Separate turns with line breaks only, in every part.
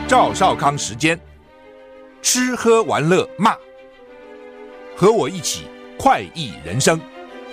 赵少康时间，吃喝玩乐骂，和我一起快意人生。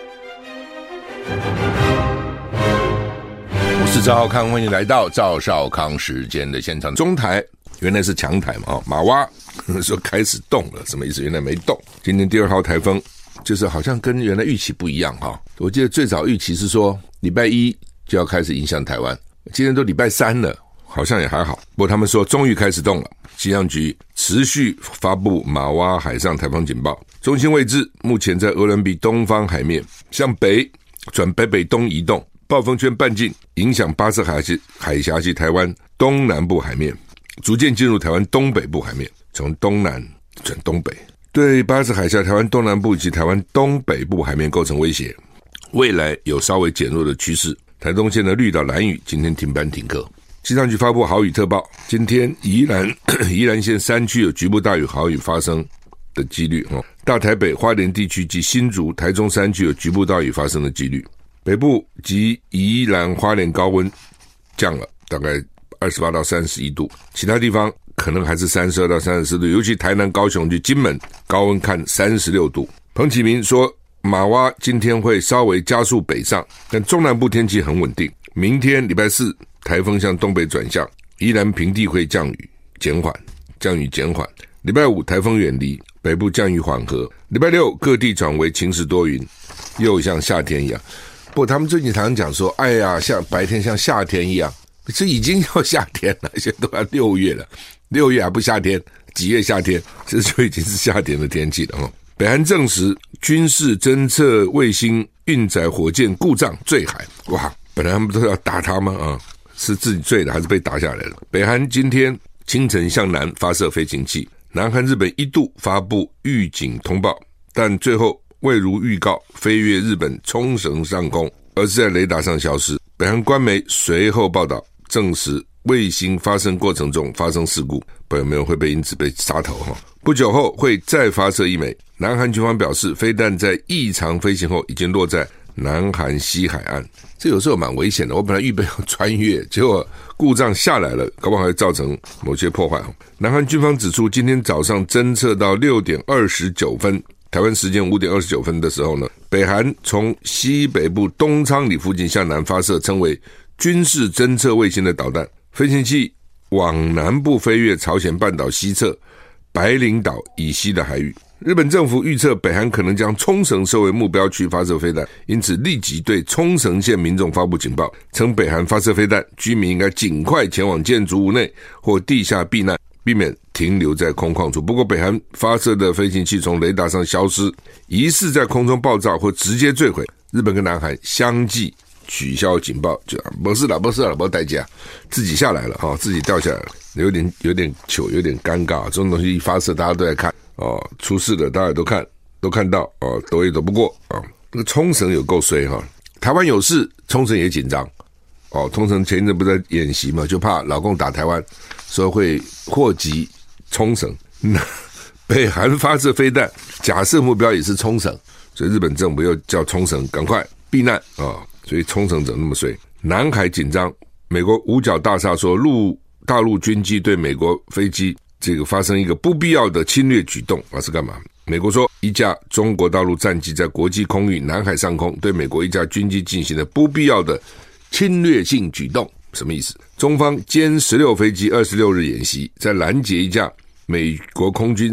我是赵少康，欢迎来到赵少康时间的现场。中台原来是强台嘛，马蛙说开始动了，什么意思？原来没动。今天第2号台风就是好像跟原来预期不一样哈。我记得最早预期是说礼拜1就要开始影响台湾，今天都礼拜3了，好像也还好。不过他们说终于开始动了，气象局持续发布马蛙海上台风警报，中心位置目前在哥伦比东方海面，向北转北北东移动，暴风圈半径影响巴士海峡及台湾东南部海面，逐渐进入台湾东北部海面，从东南转东北，对巴士海峡、台湾东南部及台湾东北部海面构成威胁，未来有稍微减弱的趋势。台东县的绿岛兰屿今天停班停课。气象局发布豪雨特报，今天宜兰县山区有局部大雨豪雨发生的几率，大台北、花莲地区及新竹、台中山区有局部大雨发生的几率。北部及宜兰花莲高温降了大概28到31度，其他地方可能还是32到34度，尤其台南、高雄及金门高温看36度。彭启明说马蛙今天会稍微加速北上，但中南部天气很稳定。明天礼拜4台风向东北转向，宜兰平地会降雨减缓。礼拜5台风远离，北部降雨缓和。礼拜6各地转为晴时多云，又像夏天一样。不过他们最近常常讲说，哎呀，像白天像夏天一样，这已经要夏天了，现在都要6月了，6月还不夏天，几月夏天？这就已经是夏天的天气了。北韩证实军事侦测卫星运载火箭故障坠海，哇！本来他们都要打他吗？是自己坠的还是被打下来了？北韩今天清晨向南发射飞行器，南韩、日本一度发布预警通报，但最后未如预告飞越日本冲绳上空，而是在雷达上消失。北韩官媒随后报道证实卫星发射过程中发生事故，不知道有没有会被因此被杀头。不久后会再发射1枚。南韩军方表示，飞弹在异常飞行后已经落在南韩西海岸，这有时候蛮危险的。我本来预备要穿越，结果故障下来了，搞不好会造成某些破坏。南韩军方指出，今天早上侦测到6点29分，台湾时间5点29分的时候呢，北韩从西北部东昌里附近向南发射称为军事侦测卫星的导弹，飞行器往南部飞越朝鲜半岛西侧白领岛以西的海域。日本政府预测北韩可能将冲绳设为目标区发射飞弹，因此立即对冲绳县民众发布警报，称北韩发射飞弹，居民应该尽快前往建筑物内或地下避难，避免停留在空旷处。不过北韩发射的飞行器从雷达上消失，疑似在空中爆炸或直接坠毁。日本跟南韩相继取消警报，就没事了，没有代价，自己下来了，自己掉下来了，有点糗，有点尴尬。这种东西一发射，大家都在看。出事了，大家都看到，躲也躲不过啊。那个冲绳有够衰哈，台湾有事，冲绳也紧张。冲绳前一阵不是在演习嘛，就怕老共打台湾，所以会祸及冲绳。那北韩发射飞弹，假设目标也是冲绳，所以日本政府又叫冲绳赶快避难啊。所以冲绳怎么那么衰？南海紧张，美国五角大厦说大陆军机对美国飞机这个发生一个不必要的侵略举动，是干嘛？美国说一架中国大陆战机在国际空域南海上空对美国一架军机进行了不必要的侵略性举动，什么意思？中方歼16飞机26日演习，在拦截一架美国空军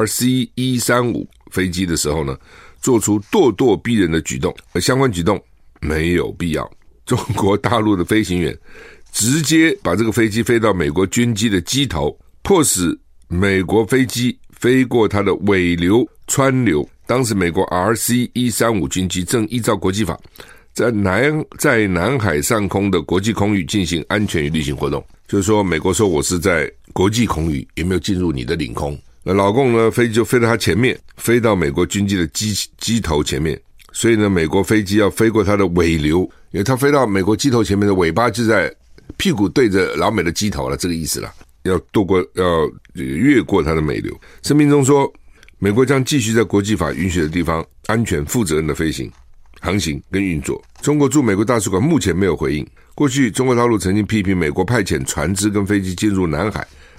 RC-135 飞机的时候呢，做出咄咄逼人的举动，而相关举动没有必要。中国大陆的飞行员直接把这个飞机飞到美国军机的机头，迫使美国飞机飞过它的尾流川流。当时美国 RC-135 军机正依照国际法在南海上空的国际空域进行安全与例行活动，就是说美国说我是在国际空域，也没有进入你的领空。那老共呢，飞机就飞到它前面，飞到美国军机的机头前面，所以呢美国飞机要飞过它的尾流，因为它飞到美国机头前面的尾巴就在屁股对着老美的机头了，这个意思了。要越过它的美流。声明中说，美国将继续在国际法允许的地方安全负责任的航行跟运作。中国驻美国大使馆目前没有回应。过去中国大陆曾经批评美国派遣船只跟飞机进入南海，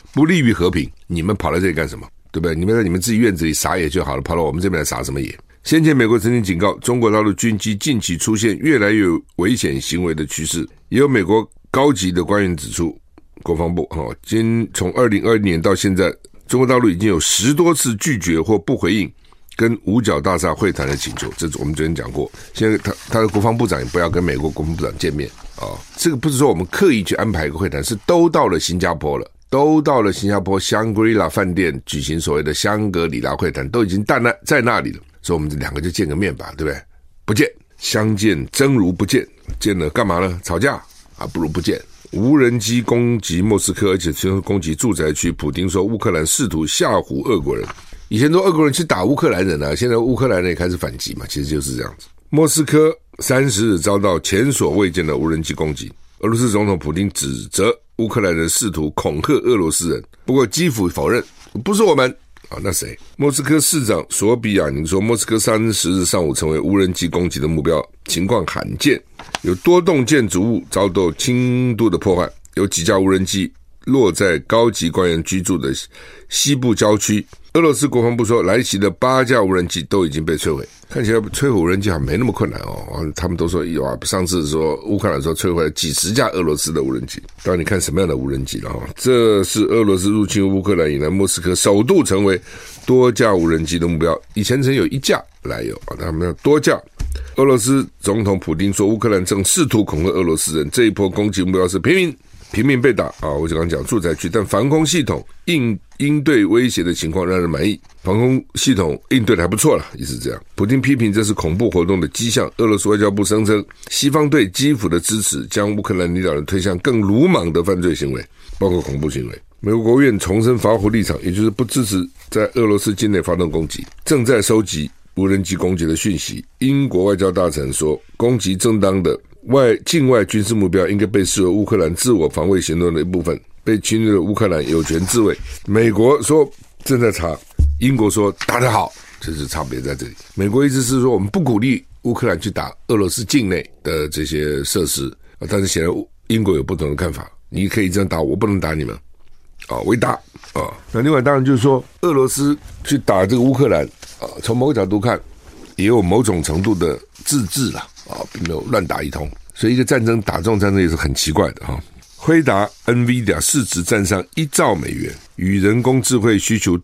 不利于和平，你们跑来这里干什么？对不对？你们在你们自己院子里撒野就好了，跑到我们这边来撒什么野？先前美国曾经警告，中国大陆军机近期出现越来越危险行为的趋势，也有美国高级的官员指出，国防部从2020年到现在，中国大陆已经有10多次拒绝或不回应跟五角大厦会谈的请求，这是我们昨天讲过。现在他的国防部长也不要跟美国国防部长见面啊，这个不是说我们刻意去安排一个会谈，是都到了新加坡了，都到了新加坡香格里拉饭店举行所谓的香格里拉会谈，都已经在那里了，所以我们这两个就见个面吧，对不对？不见，相见真如不见，见了干嘛呢？吵架啊，不如不见。无人机攻击莫斯科，而且其中攻击住宅区，普丁说乌克兰试图吓唬俄国人。以前说俄国人去打乌克兰人啊，现在乌克兰人也开始反击嘛，其实就是这样子。莫斯科30日遭到前所未见的无人机攻击，俄罗斯总统普丁指责乌克兰人试图恐吓俄罗斯人，不过基辅否认，不是我们啊，那谁？莫斯科市长索比亚宁说，莫斯科30日上午成为无人机攻击的目标，情况罕见，有多栋建筑物遭到轻度的破坏，有几架无人机落在高级官员居住的西部郊区。俄罗斯国防部说，来袭的8架无人机都已经被摧毁。看起来摧毁无人机好像没那么困难哦。他们都说有啊，上次说乌克兰说摧毁了几10架俄罗斯的无人机。当然你看什么样的无人机了哈。这是俄罗斯入侵乌克兰以来，莫斯科首度成为多架无人机的目标。以前曾有1架来有啊，他们要多架。俄罗斯总统普丁说，乌克兰正试图恐吓俄罗斯人，这一波攻击目标是平民被打啊！我就刚讲住宅区，但防空系统应对威胁的情况让人满意，防空系统应对的还不错了，意思是这样。普丁批评这是恐怖活动的迹象。俄罗斯外交部声称，西方对基辅的支持将乌克兰领导人推向更鲁莽的犯罪行为，包括恐怖行为。美国国务院重申防护立场，也就是不支持在俄罗斯境内发动攻击，正在收集无人机攻击的讯息。英国外交大臣说，攻击正当的境外军事目标应该被视为乌克兰自我防卫行动的一部分，被侵略的乌克兰有权自卫。美国说正在查，英国说打得好，这是差别在这里。美国一直是说我们不鼓励乌克兰去打俄罗斯境内的这些设施，但是显然英国有不同的看法，你可以这样打我，不能打你们啊，围打啊。那另外当然就是说，俄罗斯去打这个乌克兰啊，从某个角度看也有某种程度的自治啦啊，并没有乱打一通。所以一个战争打这种战争也是很奇怪的哈。辉达 NVIDIA 市值站上1兆美元，与人工智慧需求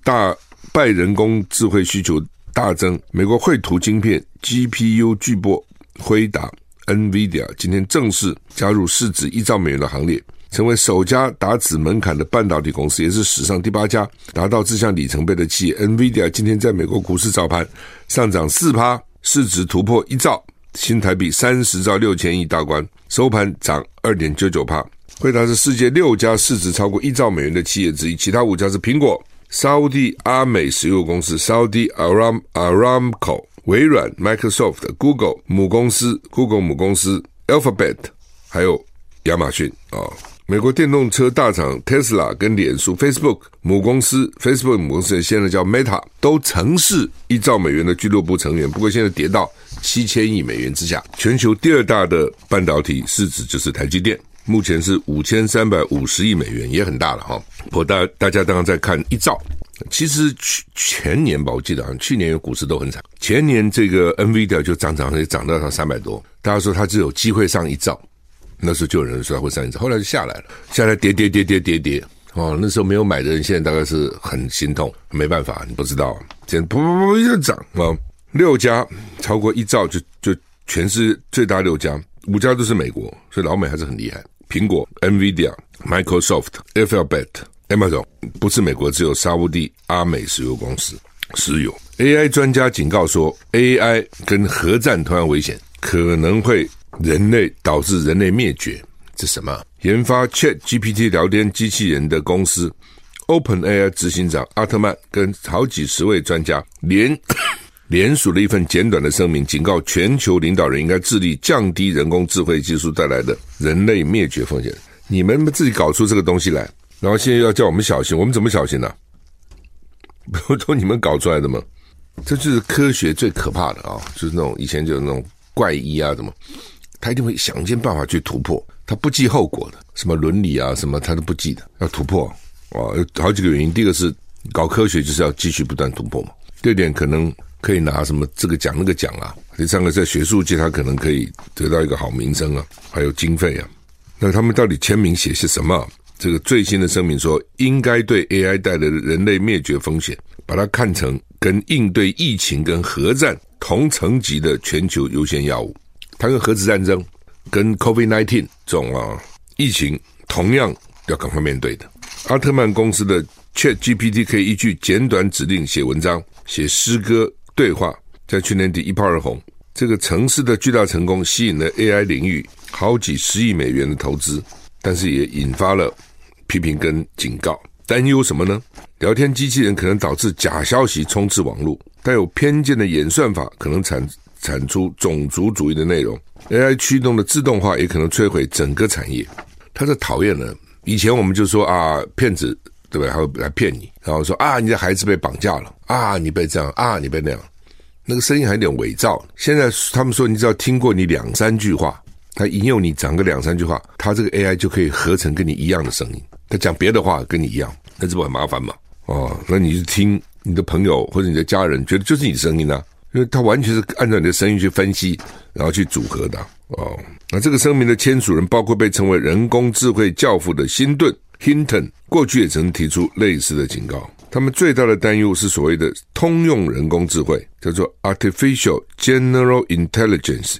大增。美国绘图晶片 GPU 巨擘辉达 NVIDIA 今天正式加入市值1兆美元的行列，成为首家打此门槛的半导体公司，也是史上第8家达到这项里程碑的企业。 NVIDIA 今天在美国股市早盘上涨 4%， 市值突破1兆新台币30兆6千亿大关，收盘涨 2.99%。 辉达是世界6家市值超过1兆美元的企业之一，其他5家是苹果、沙烏地阿美石油公司 Saudi Aramco、 微软、 Microsoft、 Google 母公司 Alphabet 还有亚马逊美国电动车大厂 Tesla 跟脸书 Facebook 母公司现在叫 Meta 都曾是1兆美元的俱乐部成员，不过现在跌到7000亿美元之下。全球第2大的半导体市值就是台积电，目前是5350亿美元，也很大了哈。不过大家当然在看1兆，其实前年吧，我记得去年有股市都很惨，前年这个 NVIDIA 就涨到它300多，大家说它只有机会上1兆。那时候就有人说他会上1兆，后来就下来了，下来跌那时候没有买的人现在大概是很心痛，没办法，你不知道现在噗一直涨6家超过1兆，就全是最大6家，5家都是美国，所以老美还是很厉害。苹果、NVIDIA、Microsoft、Alphabet、Amazon 不是美国，只有沙烏地阿美石油公司石油。 AI 专家警告说， AI 跟核战同样危险，可能会导致人类灭绝。这什么？研发 ChatGPT 聊天机器人的公司 OpenAI 执行长阿特曼跟好几十位专家联署了一份简短的声明，警告全球领导人应该致力降低人工智慧技术带来的人类灭绝风险。你们自己搞出这个东西来，然后现在要叫我们小心，我们怎么小心呢？不都你们搞出来的吗？这就是科学最可怕的就是那种以前就是那种怪医啊什么，他一定会想尽办法去突破，他不计后果的，什么伦理啊什么他都不计的，要突破有好几个原因。第一个是搞科学就是要继续不断突破嘛。第二点可能可以拿什么这个奖那个奖啊。第三个在学术界他可能可以得到一个好名声啊，还有经费啊。那他们到底签名写些什么？这个最新的声明说，应该对 AI 带来的人类灭绝风险，把它看成跟应对疫情跟核战同层级的全球优先要务。它跟核子战争、跟 COVID-19 这种疫情同样要赶快面对的。阿特曼公司的 ChatGPT 可以依据简短指令写文章、写诗歌、对话，在去年底一炮而红。这个城市的巨大成功吸引了 AI 领域好几十亿美元的投资，但是也引发了批评跟警告。担忧什么呢？聊天机器人可能导致假消息充斥网络，带有偏见的演算法可能产出种族主义的内容， AI 驱动的自动化也可能摧毁整个产业。他是讨厌了，以前我们就说骗子对不对，还会来骗你，然后说你的孩子被绑架了你被这样你被那样，那个声音还有点伪造。现在他们说你只要听过你2-3句话，他引诱你讲个2-3句话，他这个 AI 就可以合成跟你一样的声音，他讲别的话跟你一样，那这不很麻烦吗？那你就听你的朋友或者你的家人觉得就是你的声音啊，因为他完全是按照你的声音去分析然后去组合的那这个声明的签署人包括被称为人工智慧教父的辛顿 Hinton， 过去也曾提出类似的警告。他们最大的担忧是所谓的通用人工智慧，叫做 Artificial General Intelligence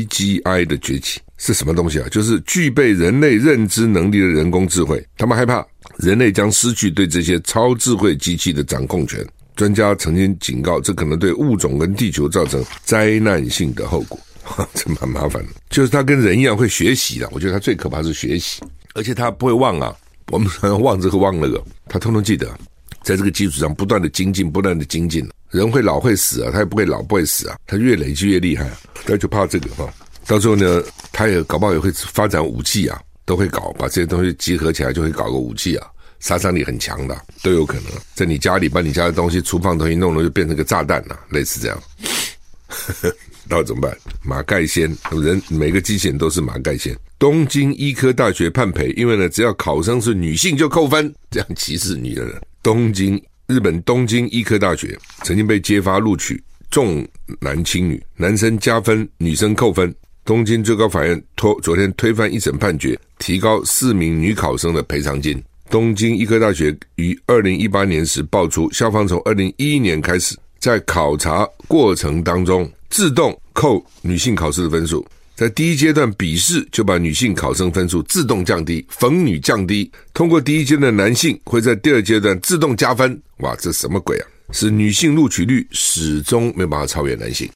AGI 的崛起。是什么东西啊？就是具备人类认知能力的人工智慧。他们害怕人类将失去对这些超智慧机器的掌控权。专家曾经警告，这可能对物种跟地球造成灾难性的后果。这蛮麻烦的。就是他跟人一样会学习的，我觉得他最可怕是学习，而且他不会忘我们常常忘这个忘那个，他通通记得，在这个基础上不断的精进，不断的精进。人会老会死他也不会老不会死他越累积越厉害他就怕这个到时候呢，他也搞不好也会发展武器都会搞，把这些东西集合起来就会搞个武器杀伤力很强的都有可能。在你家里把你家的东西厨房东西弄了就变成个炸弹类似这样那怎么办？马盖先人每个机器人都是马盖先。东京医科大学判赔，因为呢只要考生是女性就扣分，这样歧视女人。日本东京医科大学曾经被揭发录取重男轻女，男生加分女生扣分。东京最高法院昨天推翻一审判决，提高4名女考生的赔偿金。东京医科大学于2018年时爆出，校方从2011年开始在考察过程当中自动扣女性考试的分数，在第一阶段笔试就把女性考生分数自动降低，逢女降低。通过第一阶段的男性会在第二阶段自动加分。哇，这什么鬼啊？使女性录取率始终没有办法超越男性。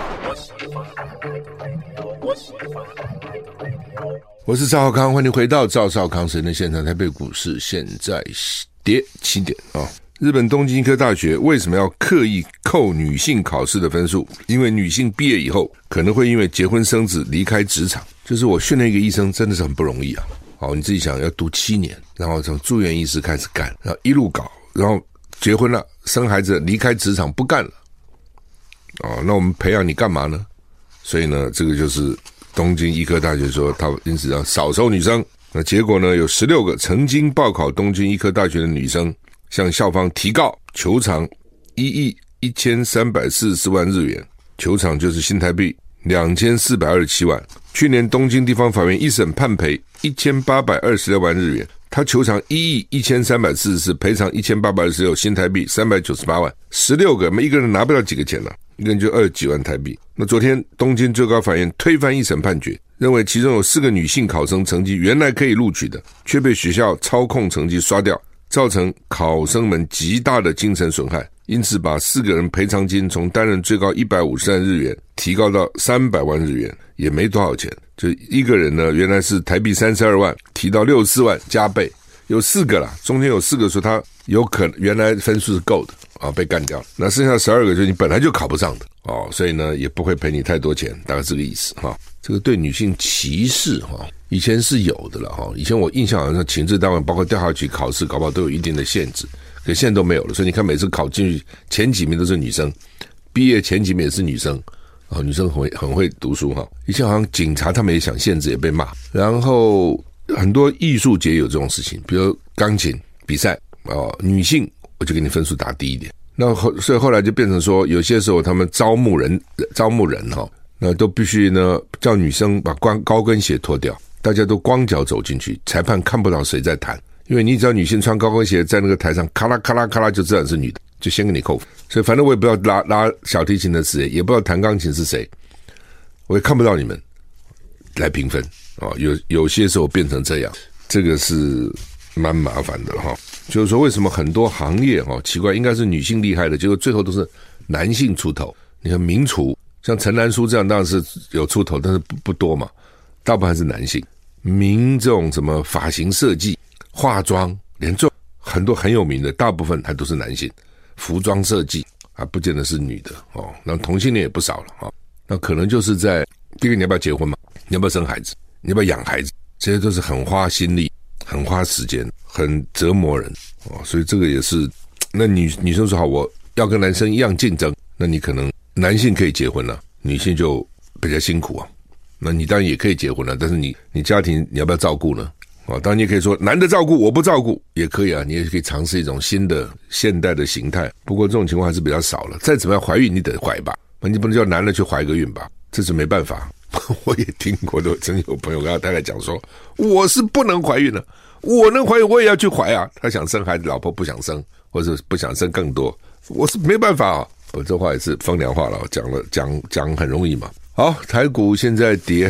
我是赵少康，欢迎回到赵少康时间的现场。台北股市现在跌7点日本东京医科大学为什么要刻意扣女性考试的分数？因为女性毕业以后可能会因为结婚生子离开职场。就是我训练一个医生真的是很不容易你自己想要读7年，然后从住院医师开始干，然后一路搞，然后结婚了生孩子离开职场不干了那我们培养你干嘛呢？所以呢，这个就是东京医科大学说他因此要少收女生。那结果呢，有16个曾经报考东京医科大学的女生向校方提告，求偿1亿1344万日元，求偿就是新台币2427万。去年东京地方法院一审判赔1826万日元，他求偿1亿1344，赔偿1826，新台币398万。16个，每一个人拿不了几个钱一个人就20几万台币。那昨天东京最高法院推翻一审判决，认为其中有4个女性考生成绩原来可以录取的，却被学校操控成绩刷掉，造成考生们极大的精神损害，因此把4个人赔偿金从担任最高150万日元提高到300万日元，也没多少钱。就一个人呢，原来是台币32万，提到64万，加倍。有4个啦，中间有4个说他有可能原来分数是够的被干掉了。那剩下12个就你本来就考不上的所以呢也不会赔你太多钱，大概这个意思这个对女性歧视以前是有的了以前我印象好像情治单位包括调查局考试搞不好都有一定的限制，可现在都没有了。所以你看每次考进去前几名都是女生，毕业前几名也是女生女生很会读书以前好像警察他们也想限制也被骂，然后很多艺术节有这种事情，比如钢琴比赛女性我就给你分数打低一点。那所以后来就变成说，有些时候他们招募人那都必须呢叫女生把高跟鞋脱掉，大家都光脚走进去，裁判看不到谁在弹，因为你只要女性穿高跟鞋在那个台上咔啦咔啦咔啦就知道是女的，就先给你扣分。所以反正我也不知道拉小提琴的是谁，也不知道弹钢琴是谁，我也看不到你们来评分有些时候变成这样，这个是蛮麻烦的就是说为什么很多行业奇怪，应该是女性厉害的，结果最后都是男性出头。你看名厨像陈兰书这样当然是有出头，但是不多嘛，大部分还是男性。这种什么发型设计、化妆，连这很多很有名的大部分还都是男性。服装设计不见得是女的那同性恋也不少了那可能就是在第一个，你要不要结婚嘛，你要不要生孩子，你要不要养孩子，这些都是很花心力、很花时间、很折磨人所以这个也是。那女生说好，我要跟男生一样竞争，那你可能男性可以结婚了，女性就比较辛苦那你当然也可以结婚了，但是你家庭你要不要照顾呢当然你也可以说男的照顾我不照顾也可以你也可以尝试一种新的现代的形态。不过这种情况还是比较少了。再怎么样怀孕你得怀吧，你不能叫男的去怀个孕吧，这是没办法。我也听过的，真有朋友跟他太太讲说，我是不能怀孕的，我能怀孕我也要去怀他想生孩子，老婆不想生，或者不想生更多，我是没办法我这话也是风凉话了，讲很容易嘛。好，台股现在跌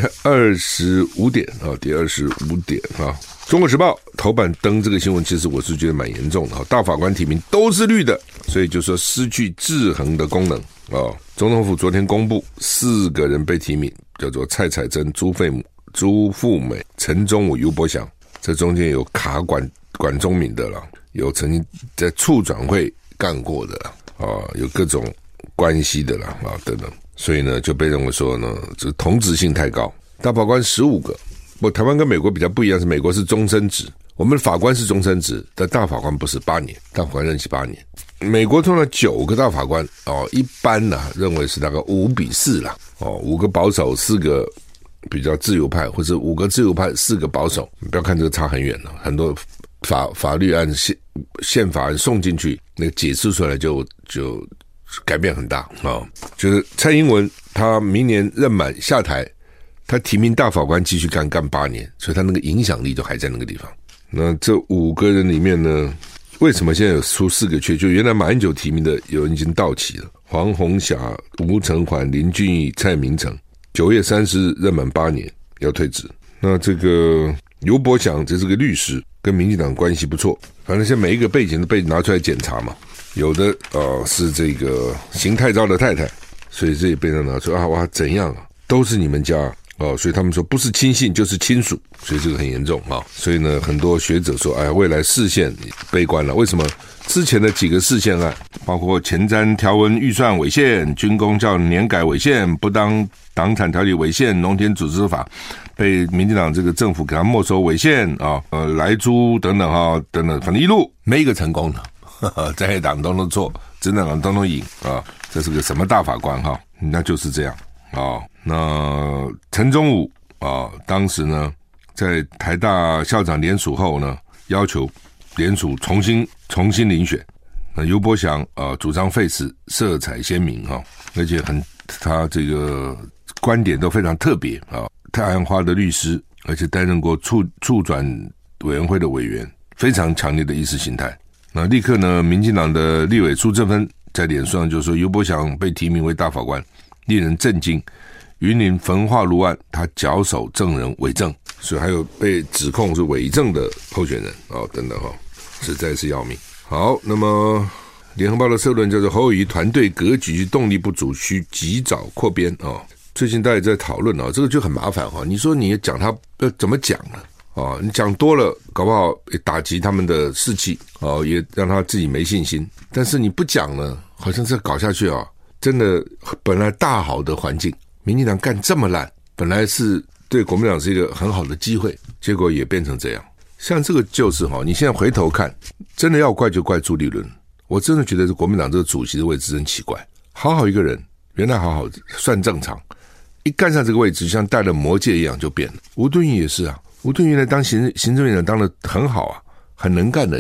25点跌25点中国时报头版登这个新闻，其实我是觉得蛮严重的大法官提名都是绿的，所以就说失去制衡的功能总统府昨天公布4个人被提名，叫做蔡彩珍、朱富美、陈忠武、尤伯祥，这中间有卡管中敏的了，有曾经在促转会干过的有各种关系的了等等，所以呢就被认为说呢这同质性太高。大法官15个，台湾跟美国比较不一样，是美国是终身制，我们的法官是终身制，但大法官不是8年，大法官任期8年。美国通常9个大法官一般认为是大概5比4啦5个保守4个比较自由派，或者5个自由派4个保守，不要看这个差很远了，很多法律案宪法案送进去，那个解释出来就改变很大就是蔡英文他明年任满下台，他提名大法官继续干8年，所以他那个影响力就还在那个地方。那这5个人里面呢，为什么现在有出4个缺？就原来马英九提名的有人已经到期了，黄虹霞、吴成环、林俊义、蔡明诚，9月30日任满8年要退职。那这个尤伯祥这是个律师，跟民进党关系不错，反正现在每一个背景都被拿出来检查嘛。有的是这个邢太昭的太太，所以这也被人拿出哇怎样都是你们家所以他们说不是亲信就是亲属，所以这个很严重所以呢很多学者说未来释宪悲观了。为什么？之前的几个释宪案，包括前瞻条文预算违宪、军公教年改违宪、不当党产条例违宪、农田组织法被民进党这个政府给他没收违宪莱猪等等等等，反正一路没一个成功的在野党都错，执政党都赢这是个什么大法官那就是这样那陈忠武当时呢在台大校长联署后呢，要求联署重新遴选。那尤伯祥主张废止，色彩鲜明而且他这个观点都非常特别太阳花的律师，而且担任过促转委员会的委员，非常强烈的意识形态。那立刻呢，民进党的立委苏正芬在脸书上就说，尤伯祥被提名为大法官，令人震惊。云林焚化炉案，他绞首证人伪证，所以还有被指控是伪证的候选人等等实在是要命。好，那么联合报的社论叫做侯友宜团队格局动力不足，需及早扩编最近大家也在讨论这个就很麻烦你说你讲他要怎么讲呢？你讲多了搞不好也打击他们的士气也让他自己没信心。但是你不讲呢，好像这搞下去真的本来大好的环境，民进党干这么烂，本来是对国民党是一个很好的机会，结果也变成这样。像这个就是你现在回头看，真的要怪就怪朱立伦。我真的觉得国民党这个主席的位置真奇怪，好好一个人，原来好好算正常，一干上这个位置像戴了魔戒一样就变了。吴敦义也是吴敦义原来当行政院长当得很好很能干的人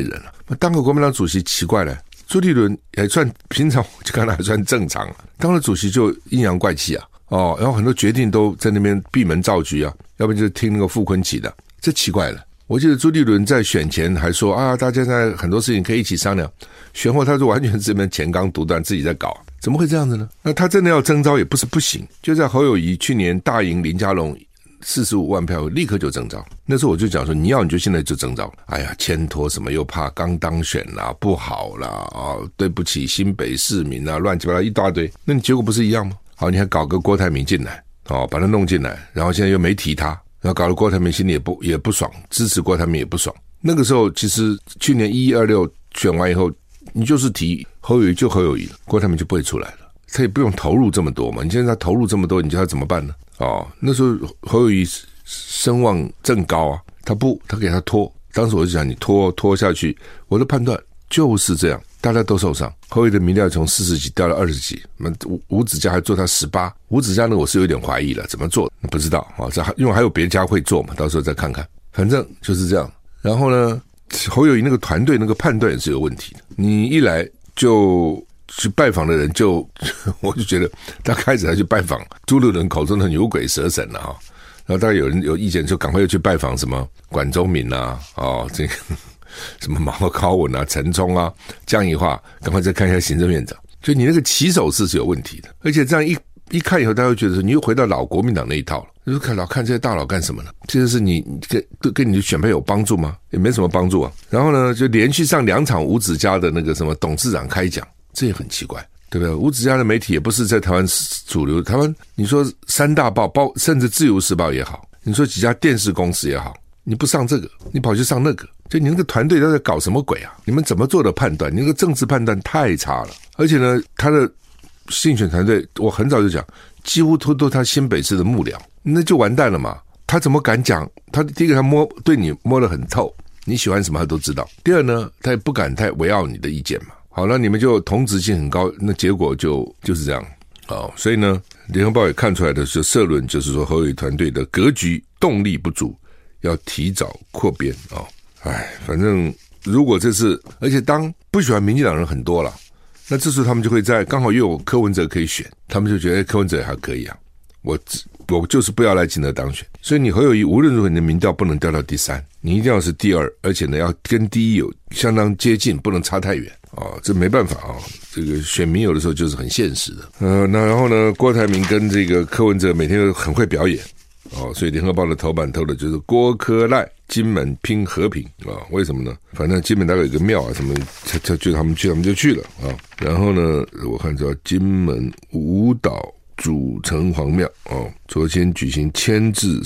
当个国民党主席奇怪了，朱立伦也算平常就看他还算正常，当了主席就阴阳怪气啊，然后很多决定都在那边闭门造局啊，要不然就是听那个傅昆萁的，这奇怪了。我记得朱立伦在选前还说啊，大家现在很多事情可以一起商量，选后他说完全是这边钱纲独断，自己在搞，怎么会这样子呢？那他真的要征召也不是不行，就在侯友宜去年大赢林佳龙45万票，立刻就征召。那时候我就讲说，你要你就现在就征召。哎呀，牵拖什么又怕刚当选啦，不好啦，对不起新北市民啊，乱七八糟一大堆。那你结果不是一样吗？好，你还搞个郭台铭进来，把他弄进来，然后现在又没提他，然后搞得郭台铭心里也不爽，支持郭台铭也不爽。那个时候其实去年1126选完以后，你就是提侯友宜就侯友宜了，郭台铭就不会出来了，他也不用投入这么多嘛。你现在他投入这么多，你叫他怎么办呢？那时候侯友宜声望正高啊，他给他拖。当时我就讲，你拖下去，我的判断就是这样，大家都受伤。侯友宜的民调从40几掉到20几，吴子嘉还做他18，吴子嘉呢我是有点怀疑了，怎么做不知道啊，因为还有别家会做嘛，到时候再看看，反正就是这样。然后呢，侯友宜那个团队那个判断也是有问题的，你一来就去拜访的人我就觉得他开始还去拜访朱立伦口中的牛鬼蛇神了哈，然后大概有人有意见就赶快又去拜访什么管中闵啊，这个什么毛高文啊、陈冲啊、江宜樺，赶快再看一下行政院长，就你那个起手式是有问题的，而且这样一看以后，大家会觉得说你又回到老国民党那一套了，就是看这些大佬干什么呢？这些是你跟你的选配有帮助吗？也没什么帮助啊。然后呢，就连续上2场吴子嘉的那个什么董事长开讲，这也很奇怪，对不对？吴子嘉的媒体也不是在台湾主流，台湾你说3大报甚至自由时报也好，你说几家电视公司也好，你不上这个，你跑去上那个，就你那个团队都在搞什么鬼啊？你们怎么做的判断？你那个政治判断太差了。而且呢，他的竞选团队，我很早就讲，几乎都他新北市的幕僚，那就完蛋了嘛。他怎么敢讲？他第一个他对你摸得很透，你喜欢什么他都知道。第二呢，他也不敢太围绕你的意见嘛。好，那你们就同质性很高，那结果就是这样。所以呢，联合报也看出来的是社论，就是说侯友宜团队的格局动力不足，要提早扩编反正如果这次，而且当不喜欢民进党人很多了，那这时候他们就会刚好又有柯文哲可以选，他们就觉得柯文哲还可以啊，我就是不要赖清德当选，所以你侯友宜无论如何你的民调不能掉到第3，你一定要是第2，而且呢要跟第1有相当接近，不能差太远这没办法这个选民有的时候就是很现实的。那然后呢，郭台铭跟这个柯文哲每天都很会表演所以联合报的头版透的就是郭柯赖金门拼和平为什么呢？反正金门大概有个庙什么，就他们就去了然后呢，我看叫金门舞蹈主城隍庙昨天举行迁至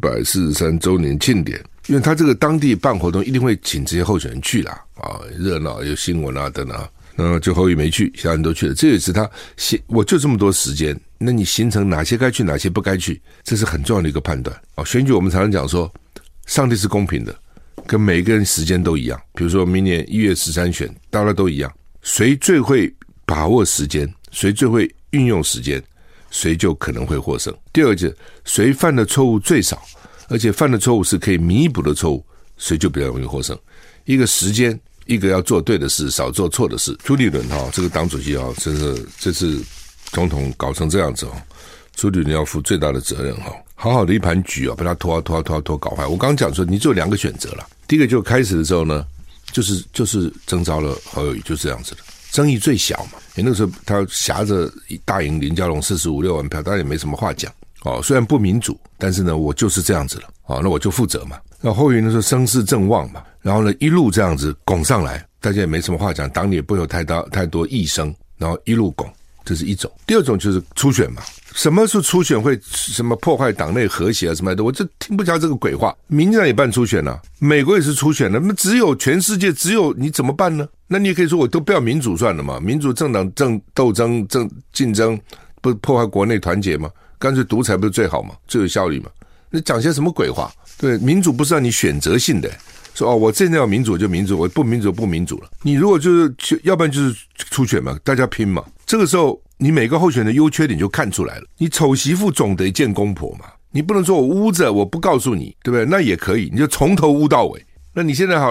343周年庆典，因为他这个当地办活动一定会请这些候选人去啦热闹有新闻等等那就侯友宜没去，其他人都去了，这也是他我就这么多时间，那你形成哪些该去哪些不该去，这是很重要的一个判断选举我们常常讲说上帝是公平的，跟每一个人时间都一样，比如说明年1月13选大家都一样，谁最会把握时间，谁最会运用时间，谁就可能会获胜。第二个，谁犯的错误最少，而且犯的错误是可以弥补的错误，谁就比较容易获胜。一个时间，一个要做对的事，少做错的事。朱立伦这个党主席真是这次总统搞成这样子朱立伦要负最大的责任好好的一盘局被他拖搞坏。我刚刚讲说你只有2个选择了，第一个就开始的时候呢，就是征召了侯友宜，就是这样子的，争议最小嘛。那个时候他挟着大赢林佳龙45-6万票，当然也没什么话讲虽然不民主，但是呢我就是这样子了那我就负责嘛。那侯友宜那时候声势正旺嘛，然后呢一路这样子拱上来，大家也没什么话讲，党里也不会有太多异声，然后一路拱，这是一种。第二种就是初选嘛，什么是初选会什么破坏党内和谐什么的，我就听不下这个鬼话。民进党也办初选美国也是初选那全世界只有你怎么办呢？那你也可以说我都不要民主算了嘛，民主政党斗争竞争不是破坏国内团结吗？干脆独裁不是最好吗？最有效率吗？那讲些什么鬼话？对，民主不是让你选择性的说我现在要民主就民主，我不民主不民主了。你如果要不然就是初选嘛，大家拼嘛。这个时候你每个候选人的优缺点就看出来了。你丑媳妇总得见公婆嘛，你不能说我污着我不告诉你，对不对？那也可以，你就从头污到尾。那你现在好了，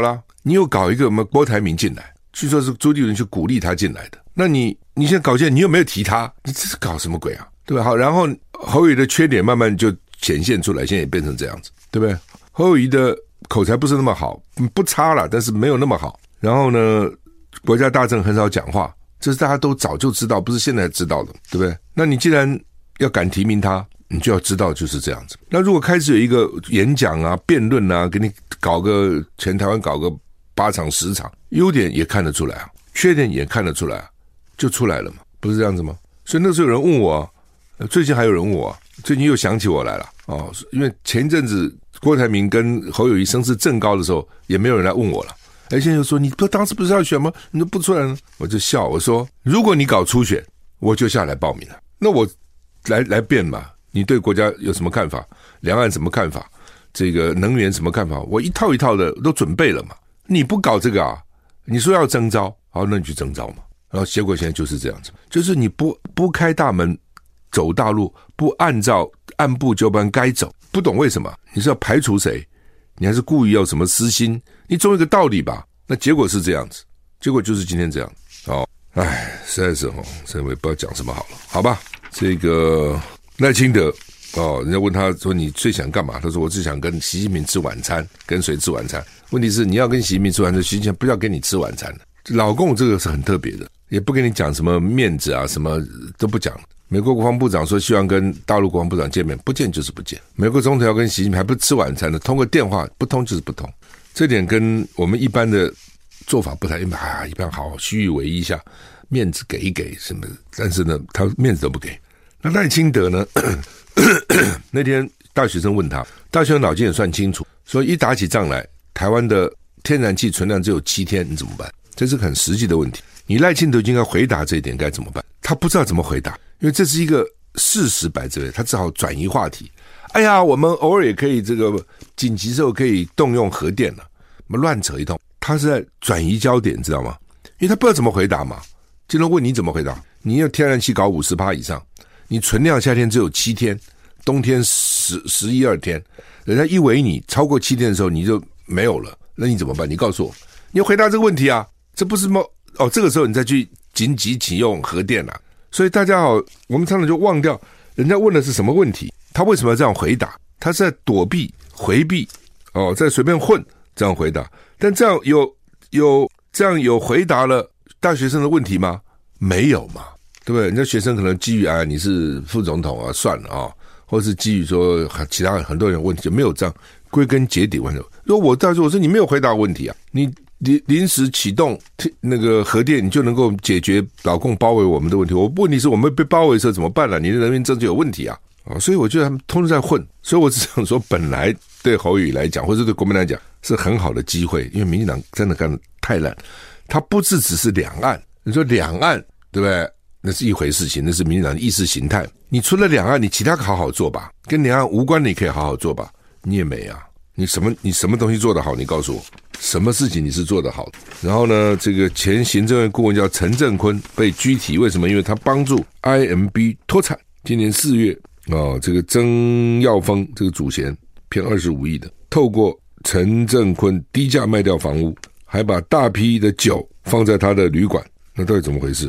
你又搞一个什么郭台铭进来，据说是朱立伦去鼓励他进来的，那你现在搞进来，你有没有提他？你这是搞什么鬼啊？对吧？好，然后侯友宜的缺点慢慢就显现出来，现在也变成这样子，对不对？侯友宜的口才不是那么好，不差了，但是没有那么好。然后呢，国家大政很少讲话，这是大家都早就知道，不是现在知道的，对不对？那你既然要敢提名他，你就要知道就是这样子。那如果开始有一个演讲啊、辩论啊，给你搞个全台湾搞个8场10场，优点也看得出来啊，缺点也看得出来啊，就出来了嘛，不是这样子吗？所以那时候有人问我啊，最近还有人问我啊，最近又想起我来了哦，因为前一阵子郭台铭跟侯友宜声势正高的时候，也没有人来问我了。现在又说你当时不是要选吗？你都不出来呢？我就笑，我说如果你搞初选，我就下来报名了。那我来辩嘛，你对国家有什么看法？两岸什么看法？这个能源什么看法？我一套一套的都准备了嘛。你不搞这个啊？你说要征召，好，那你去征召嘛。然后结果现在就是这样子，就是你不开大门走大路，不按部就班该走，不懂为什么？你是要排除谁？你还是故意要什么私心？你总有一个道理吧？那结果是这样子，结果就是今天这样。哦，哎，实在是这我也不知道讲什么好了，好吧？这个赖清德哦，人家问他说你最想干嘛？他说我最想跟习近平吃晚餐，跟谁吃晚餐？问题是你要跟习近平吃晚餐，习近平不要跟你吃晚餐的。老共这个是很特别的，也不跟你讲什么面子啊，什么都不讲。美国国防部长说希望跟大陆国防部长见面，不见就是不见。美国总统要跟习近平还不吃晚餐呢，通过电话不通就是不通。这点跟我们一般的做法不太一般好虚与委蛇一下，面子给一给什么，但是呢他面子都不给。那赖清德呢那天大学生问他，大学生脑筋也算清楚，说一打起仗来，台湾的天然气存量只有7天，你怎么办？这是很实际的问题。你赖清德就应该回答这一点该怎么办。他不知道怎么回答，因为这是一个事实摆这里，他只好转移话题。哎呀，我们偶尔也可以这个紧急时候可以动用核电了，我们乱扯一通。他是在转移焦点，知道吗？因为他不知道怎么回答嘛。今天问你怎么回答？你要天然气搞50%以上，你存量夏天只有7天，冬天11、12天，人家一围你超过7天的时候你就没有了，那你怎么办？你告诉我，你要回答这个问题啊，这不是吗？哦，这个时候你再去紧急启用核电啊。所以大家好，我们常常就忘掉人家问的是什么问题，他为什么要这样回答？他是在躲避、回避，哦，在随便混这样回答。但这样这样有回答了大学生的问题吗？没有嘛，对不对？人家学生可能基于你是副总统啊，算了啊，或是基于说其他很多人有问题，就没有这样归根结底问题。如果我说你没有回答问题啊，你临时启动那个核电，你就能够解决老共包围我们的问题。问题是我们被包围的时候怎么办呢？你的人民政治有问题啊！所以我觉得他们通通在混。所以我只想说，本来对侯友宜来讲，或者对国民来讲是很好的机会，因为民进党真的干得太烂。它不只是两岸，你说两岸对不对？那是一回事情，那是民进党的意识形态。你除了两岸，你其他好好做吧，跟两岸无关的你可以好好做吧，你也没啊。你什么东西做得好？你告诉我，什么事情你是做得好的？然后呢，这个前行政院顾问叫陈正坤被拘提，为什么？因为他帮助 IMB 脱产。今年4月这个曾耀峰这个主嫌骗25亿的，透过陈正坤低价卖掉房屋，还把大批的酒放在他的旅馆，那到底怎么回事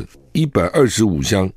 ？125箱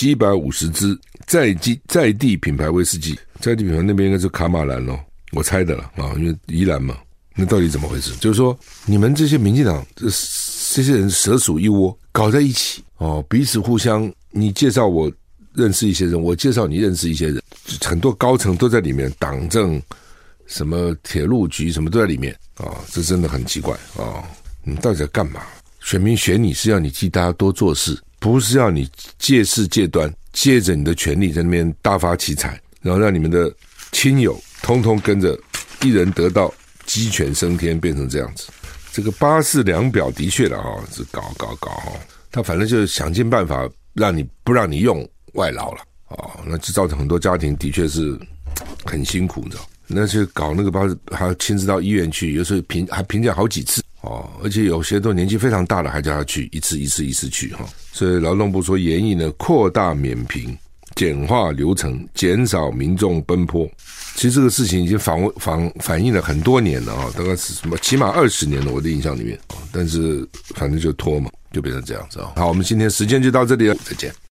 750支在地品牌威士忌，在地品牌那边应该是卡马兰咯，我猜的了因为宜兰嘛。那到底怎么回事？就是说你们这些民进党这些人蛇鼠一窝搞在一起彼此互相，你介绍我认识一些人，我介绍你认识一些人，很多高层都在里面，党政什么铁路局什么都在里面这真的很奇怪你到底在干嘛？选民选你是要你替大家多做事，不是要你借势借端，借着你的权力在那边大发奇财，然后让你们的亲友通通跟着一人得道鸡犬升天，变成这样子。这个8·42表的确的是搞他反正就是想尽办法不让你用外劳了那就造成很多家庭的确是很辛苦，你知道。那就搞那个还要亲自到医院去，有时候还评价好几次而且有些都年纪非常大了，还叫他去一次去所以劳动部说研议呢，扩大免评，简化流程，减少民众奔波其实这个事情已经反映了很多年了大概是什么起码20年了，我的印象里面，但是反正就拖嘛，就变成这样子好，我们今天时间就到这里了，再见。